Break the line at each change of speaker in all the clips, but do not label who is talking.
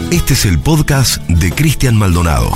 Este es el podcast de Cristian Maldonado.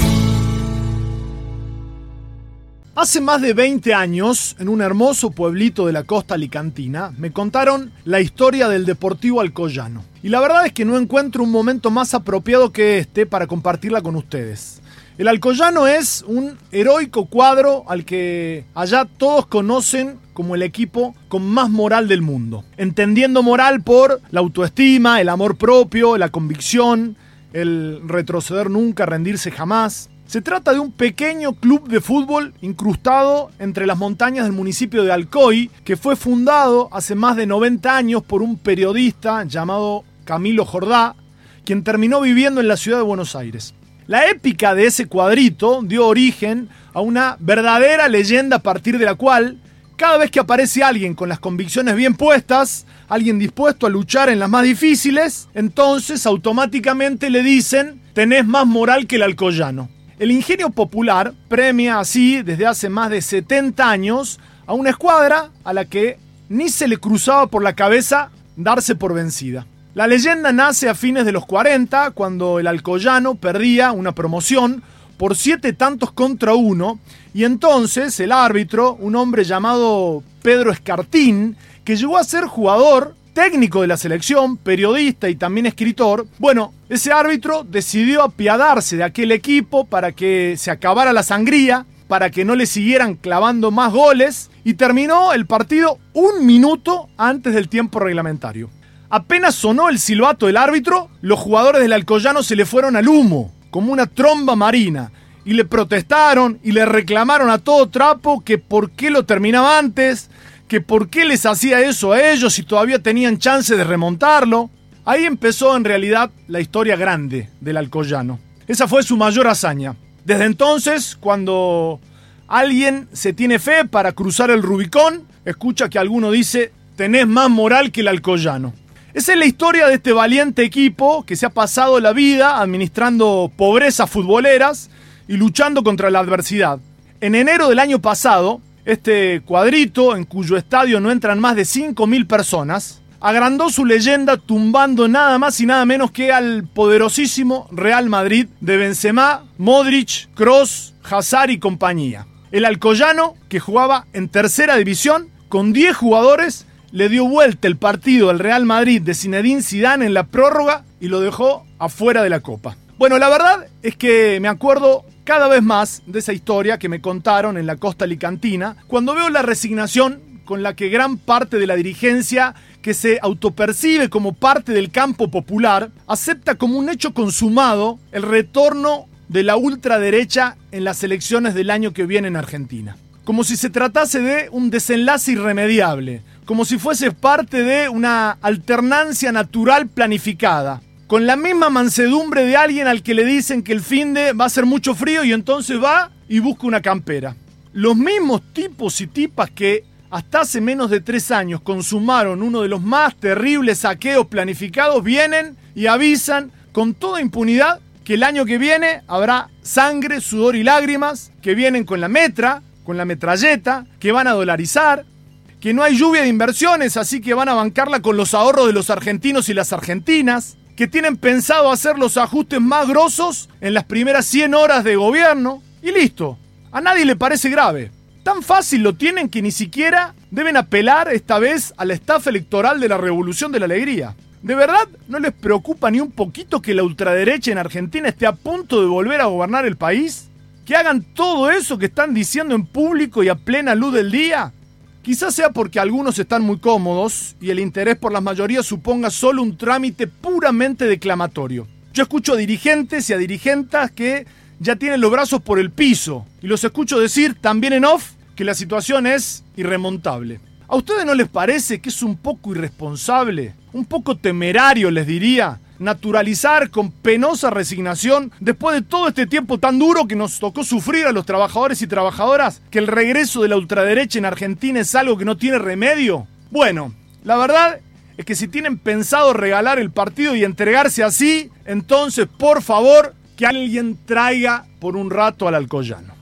Hace más de 20 años, en un hermoso pueblito de la costa alicantina, me contaron la historia del Deportivo Alcoyano. Y la verdad es que no encuentro un momento más apropiado que este para compartirla con ustedes. El Alcoyano es un heroico cuadro al que allá todos conocen como el equipo con más moral del mundo. Entendiendo moral por la autoestima, el amor propio, la convicción, el retroceder nunca, rendirse jamás. Se trata de un pequeño club de fútbol incrustado entre las montañas del municipio de Alcoy, que fue fundado hace más de 90 años por un periodista llamado Camilo Jordá, quien terminó viviendo en la ciudad de Buenos Aires. La épica de ese cuadrito dio origen a una verdadera leyenda a partir de la cual, cada vez que aparece alguien con las convicciones bien puestas, alguien dispuesto a luchar en las más difíciles, entonces automáticamente le dicen: tenés más moral que el Alcoyano. El ingenio popular premia así desde hace más de 70 años a una escuadra a la que ni se le cruzaba por la cabeza darse por vencida. La leyenda nace a fines de los 40, cuando el Alcoyano perdía una promoción por 7 tantos contra 1, y entonces el árbitro, un hombre llamado Pedro Escartín, que llegó a ser jugador, técnico de la selección, periodista y también escritor, bueno, ese árbitro decidió apiadarse de aquel equipo para que se acabara la sangría, para que no le siguieran clavando más goles, y terminó el partido 1 minuto antes del tiempo reglamentario. Apenas sonó el silbato del árbitro, los jugadores del Alcoyano se le fueron al humo, como una tromba marina, y le protestaron y le reclamaron a todo trapo que por qué lo terminaba antes, que por qué les hacía eso a ellos si todavía tenían chance de remontarlo. Ahí empezó en realidad la historia grande del Alcoyano. Esa fue su mayor hazaña. Desde entonces, cuando alguien se tiene fe para cruzar el Rubicón, escucha que alguno dice: tenés más moral que el Alcoyano. Esa es la historia de este valiente equipo que se ha pasado la vida administrando pobrezas futboleras y luchando contra la adversidad. En enero del año pasado, este cuadrito, en cuyo estadio no entran más de 5.000 personas, agrandó su leyenda tumbando nada más y nada menos que al poderosísimo Real Madrid de Benzema, Modric, Kroos, Hazard y compañía. El Alcoyano, que jugaba en tercera división, con 10 jugadores, le dio vuelta el partido al Real Madrid de Zinedine Zidane en la prórroga y lo dejó afuera de la Copa. Bueno, la verdad es que me acuerdo cada vez más de esa historia que me contaron en la costa alicantina cuando veo la resignación con la que gran parte de la dirigencia, que se autopercibe como parte del campo popular, acepta como un hecho consumado el retorno de la ultraderecha en las elecciones del año que viene en Argentina. Como si se tratase de un desenlace irremediable, como si fuese parte de una alternancia natural planificada, con la misma mansedumbre de alguien al que le dicen que el finde va a hacer mucho frío y entonces va y busca una campera. Los mismos tipos y tipas que hasta hace menos de 3 años consumaron uno de los más terribles saqueos planificados vienen y avisan con toda impunidad que el año que viene habrá sangre, sudor y lágrimas, que vienen con la metra, con la metralleta, que van a dolarizar, que no hay lluvia de inversiones, así que van a bancarla con los ahorros de los argentinos y las argentinas, que tienen pensado hacer los ajustes más grosos en las primeras 100 horas de gobierno, y listo. A nadie le parece grave. Tan fácil lo tienen que ni siquiera deben apelar esta vez a la estafa electoral de la Revolución de la Alegría. ¿De verdad no les preocupa ni un poquito que la ultraderecha en Argentina esté a punto de volver a gobernar el país? ¿Que hagan todo eso que están diciendo en público y a plena luz del día? Quizás sea porque algunos están muy cómodos y el interés por las mayorías suponga solo un trámite puramente declamatorio. Yo escucho a dirigentes y a dirigentas que ya tienen los brazos por el piso y los escucho decir también en off que la situación es irremontable. ¿A ustedes no les parece que es un poco irresponsable, un poco temerario, les diría, naturalizar con penosa resignación, después de todo este tiempo tan duro que nos tocó sufrir a los trabajadores y trabajadoras, que el regreso de la ultraderecha en Argentina es algo que no tiene remedio? Bueno, la verdad es que si tienen pensado regalar el partido y entregarse así, entonces, por favor, que alguien traiga por un rato al Alcoyano.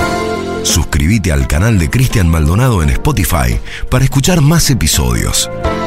Suscríbete al canal de Cristian Maldonado en Spotify para escuchar más episodios.